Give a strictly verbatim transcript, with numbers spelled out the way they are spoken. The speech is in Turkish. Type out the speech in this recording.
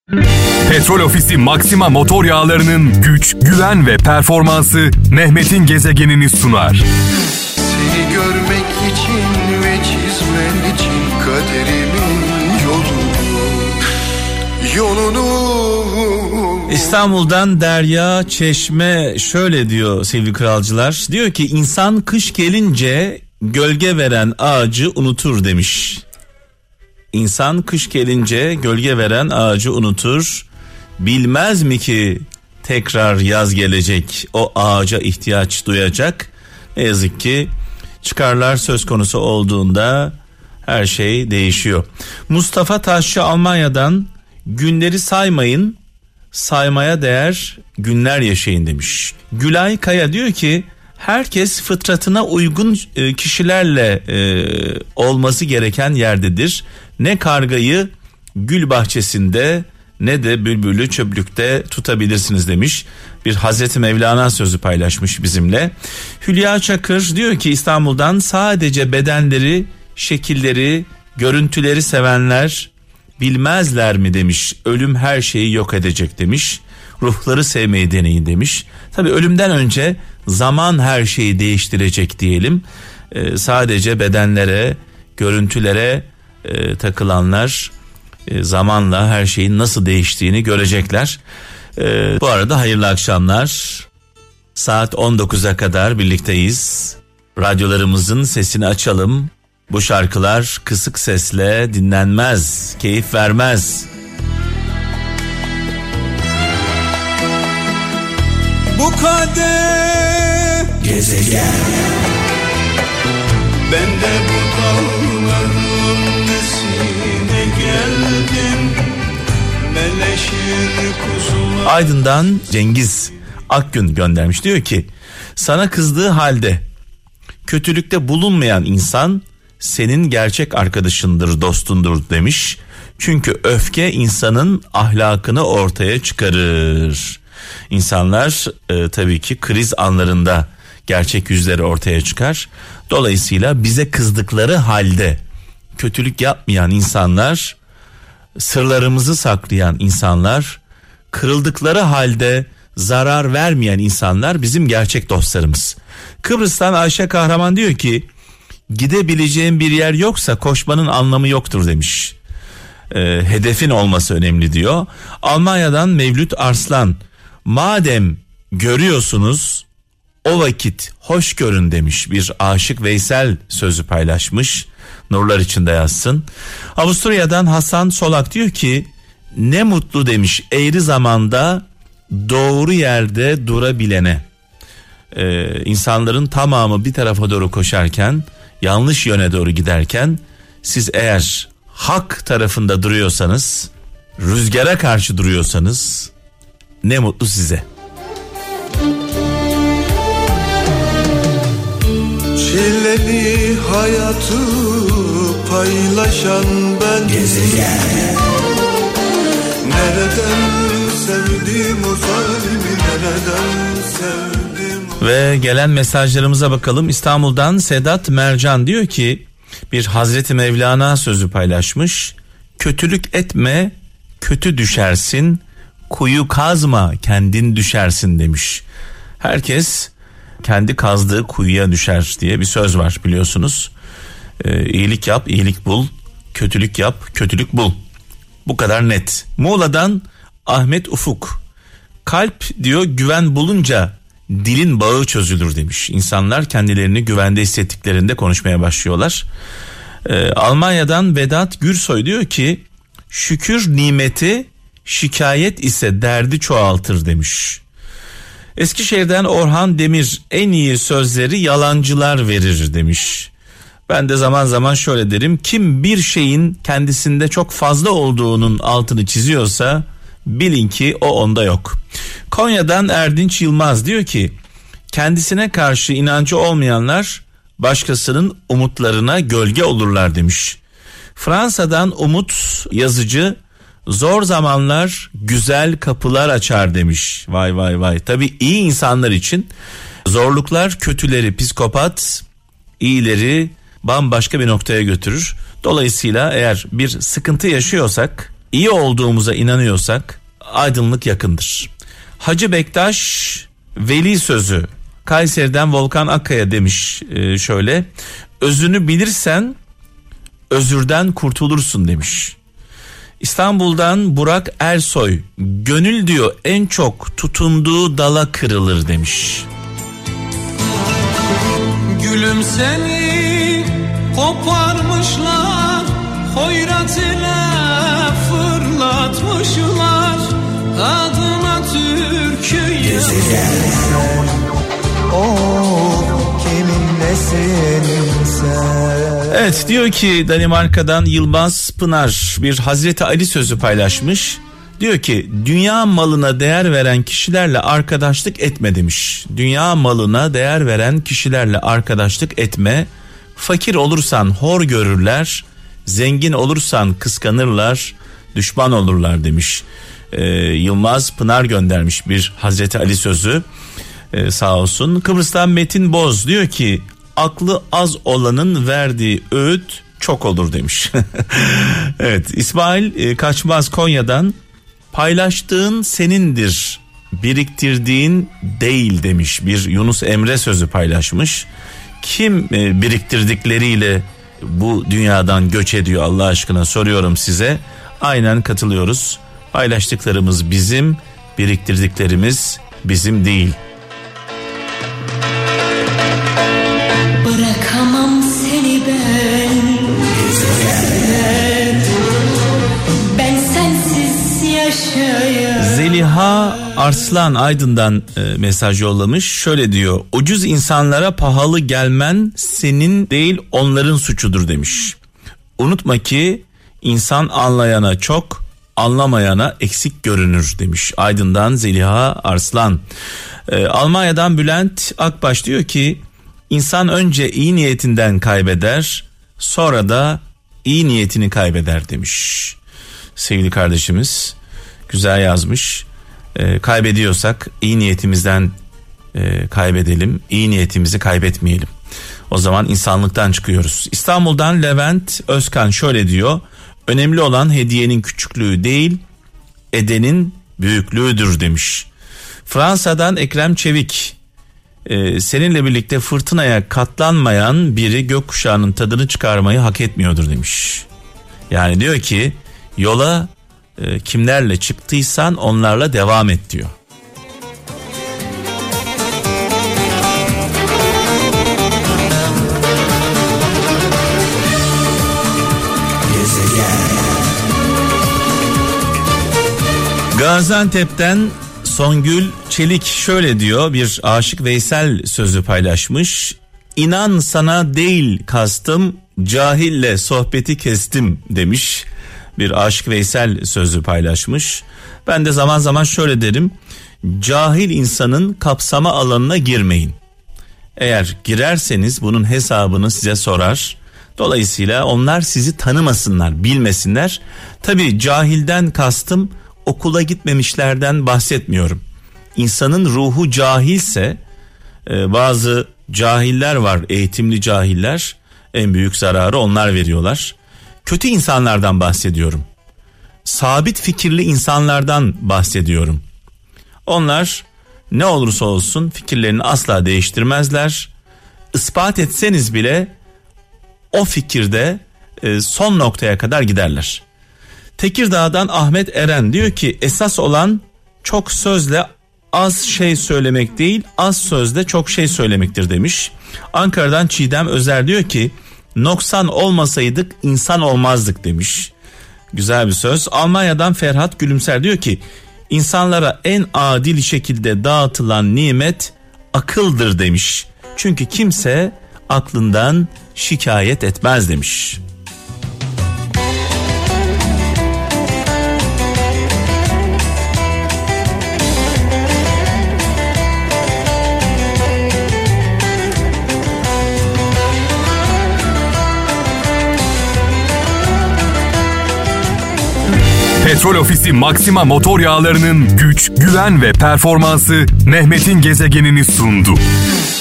Petrol Ofisi Maxima motor yağlarının güç, güven ve performansı Mehmet'in gezegenini sunar. Seni görmek için ve çizmen için kaderimin yolunu, yolunu. İstanbul'dan Derya Çeşme şöyle diyor sevgili kralcılar. Diyor ki insan kış gelince gölge veren ağacı unutur demiş. İnsan kış gelince gölge veren ağacı unutur. Bilmez mi ki tekrar yaz gelecek, o ağaca ihtiyaç duyacak. Ne yazık ki çıkarlar söz konusu olduğunda her şey değişiyor. Mustafa Taşçı Almanya'dan günleri saymayın, saymaya değer günler yaşayın demiş. Gülay Kaya diyor ki herkes fıtratına uygun kişilerle e, olması gereken yerdedir. Ne kargayı gül bahçesinde ne de bülbülü çöplükte tutabilirsiniz demiş. Bir Hazreti Mevlana sözü paylaşmış bizimle. Hülya Çakır diyor ki İstanbul'dan sadece bedenleri, şekilleri, görüntüleri sevenler bilmezler mi demiş. Ölüm her şeyi yok edecek demiş. Ruhları sevmeyi deneyin demiş. Tabii ölümden önce zaman her şeyi değiştirecek diyelim. Ee, sadece bedenlere, görüntülere e, takılanlar e, zamanla her şeyin nasıl değiştiğini görecekler. E, bu arada hayırlı akşamlar. Saat on dokuza kadar birlikteyiz. Radyolarımızın sesini açalım. Bu şarkılar kısık sesle dinlenmez, keyif vermez. Bu kadeh gezegen, ben de bu dağların nesine geldim, meleşir kuzular. Aydın'dan Cengiz Akgün göndermiş, diyor ki sana kızdığı halde kötülükte bulunmayan insan senin gerçek arkadaşındır, dostundur demiş. Çünkü öfke insanın ahlakını ortaya çıkarır. İnsanlar e, tabii ki kriz anlarında gerçek yüzleri ortaya çıkar. Dolayısıyla bize kızdıkları halde kötülük yapmayan insanlar, sırlarımızı saklayan insanlar, kırıldıkları halde zarar vermeyen insanlar bizim gerçek dostlarımız. Kıbrıs'tan Ayşe Kahraman diyor ki gidebileceğin bir yer yoksa koşmanın anlamı yoktur demiş. E, hedefin olması önemli diyor. Almanya'dan Mevlüt Arslan, madem görüyorsunuz o vakit hoş görün demiş. Bir Aşık Veysel sözü paylaşmış. Nurlar içinde yazsın. Avusturya'dan Hasan Solak diyor ki ne mutlu demiş eğri zamanda doğru yerde durabilene. Ee, insanların tamamı bir tarafa doğru koşarken, yanlış yöne doğru giderken siz eğer hak tarafında duruyorsanız, rüzgara karşı duruyorsanız ne mutlu size. Çileli hayatı paylaşan ben gezegen, nereden sevdim o zalimi, nereden sevdim. Ve gelen mesajlarımıza bakalım. İstanbul'dan Sedat Mercan diyor ki bir Hazreti Mevlana sözü paylaşmış. Kötülük etme, kötü düşersin, kuyu kazma, kendin düşersin demiş. Herkes kendi kazdığı kuyuya düşer diye bir söz var biliyorsunuz. Ee, iyilik yap, iyilik bul, kötülük yap, kötülük bul. Bu kadar net. Muğla'dan Ahmet Ufuk, kalp diyor güven bulunca dilin bağı çözülür demiş. İnsanlar kendilerini güvende hissettiklerinde konuşmaya başlıyorlar. Ee, Almanya'dan Vedat Gürsoy diyor ki şükür nimeti, şikayet ise derdi çoğaltır demiş. Eskişehir'den Orhan Demir en iyi sözleri yalancılar verir demiş. Ben de zaman zaman şöyle derim, kim bir şeyin kendisinde çok fazla olduğunun altını çiziyorsa bilin ki o onda yok. Konya'dan Erdinç Yılmaz diyor ki kendisine karşı inancı olmayanlar başkasının umutlarına gölge olurlar demiş. Fransa'dan Umut yazıcı zor zamanlar güzel kapılar açar demiş. Vay vay vay. Tabii iyi insanlar için zorluklar kötüleri psikopat, iyileri bambaşka bir noktaya götürür. Dolayısıyla eğer bir sıkıntı yaşıyorsak iyi olduğumuza inanıyorsak aydınlık yakındır. Hacı Bektaş Veli sözü, Kayseri'den Volkan Akkaya demiş e, şöyle: özünü bilirsen özürden kurtulursun demiş. İstanbul'dan Burak Ersoy, gönül diyor en çok tutunduğu dala kırılır demiş. Gülüm seni koparmışlar, hoyrat ile fırlatmışlar, adına türkü yazmışlar. Oh, kiminlesin sen? Evet, diyor ki Danimarka'dan Yılmaz Pınar bir Hazreti Ali sözü paylaşmış. Diyor ki dünya malına değer veren kişilerle arkadaşlık etme demiş. Dünya malına değer veren kişilerle arkadaşlık etme. Fakir olursan hor görürler, zengin olursan kıskanırlar, düşman olurlar demiş. Ee, Yılmaz Pınar göndermiş bir Hazreti Ali sözü. Ee, sağ olsun. Kıbrıs'tan Metin Boz diyor ki aklı az olanın verdiği öğüt çok olur demiş. Evet, İsmail e, Kaçmaz Konya'dan paylaştığın senindir, biriktirdiğin değil demiş. Bir Yunus Emre sözü paylaşmış. Kim e, biriktirdikleriyle bu dünyadan göç ediyor Allah aşkına soruyorum size. Aynen katılıyoruz. Paylaştıklarımız bizim, biriktirdiklerimiz bizim değil. Bırakamam seni ben, ben sensiz yaşayamam. Zeliha Arslan Aydın'dan e, mesaj yollamış. Şöyle diyor: ucuz insanlara pahalı gelmen senin değil onların suçudur demiş. Unutma ki insan anlayana çok, anlamayana eksik görünür demiş. Aydın'dan Zeliha Arslan. E, Almanya'dan Bülent Akbaş diyor ki İnsan önce iyi niyetinden kaybeder, sonra da iyi niyetini kaybeder demiş. Sevgili kardeşimiz güzel yazmış. E, kaybediyorsak iyi niyetimizden e, kaybedelim, iyi niyetimizi kaybetmeyelim. O zaman insanlıktan çıkıyoruz. İstanbul'dan Levent Özkan şöyle diyor: önemli olan hediyenin küçüklüğü değil, edenin büyüklüğüdür demiş. Fransa'dan Ekrem Çevik: Ee, seninle birlikte fırtınaya katlanmayan biri gökkuşağının tadını çıkarmayı hak etmiyordur demiş. Yani diyor ki yola e, kimlerle çıktıysan onlarla devam et diyor. Gaziantep'ten Songül Çelik şöyle diyor, bir Aşık Veysel sözü paylaşmış. İnan sana değil kastım, cahille sohbeti kestim demiş. Bir Aşık Veysel sözü paylaşmış. Ben de zaman zaman şöyle derim: cahil insanın kapsama alanına girmeyin. Eğer girerseniz bunun hesabını size sorar. Dolayısıyla onlar sizi tanımasınlar, bilmesinler. Tabii cahilden kastım okula gitmemişlerden bahsetmiyorum. İnsanın ruhu cahilse, e, bazı cahiller var, eğitimli cahiller, en büyük zararı onlar veriyorlar. Kötü insanlardan bahsediyorum. Sabit fikirli insanlardan bahsediyorum. Onlar ne olursa olsun fikirlerini asla değiştirmezler. İspat etseniz bile o fikirde e, son noktaya kadar giderler. Tekirdağ'dan Ahmet Eren diyor ki esas olan çok sözle az şey söylemek değil, az sözle çok şey söylemektir demiş. Ankara'dan Çiğdem Özer diyor ki noksan olmasaydık insan olmazdık demiş. Güzel bir söz. Almanya'dan Ferhat Gülümser diyor ki insanlara en adil şekilde dağıtılan nimet akıldır demiş. Çünkü kimse aklından şikayet etmez demiş. Petrol Ofisi Maxima motor yağlarının güç, güven ve performansı Mehmet'in gezegenini sundu.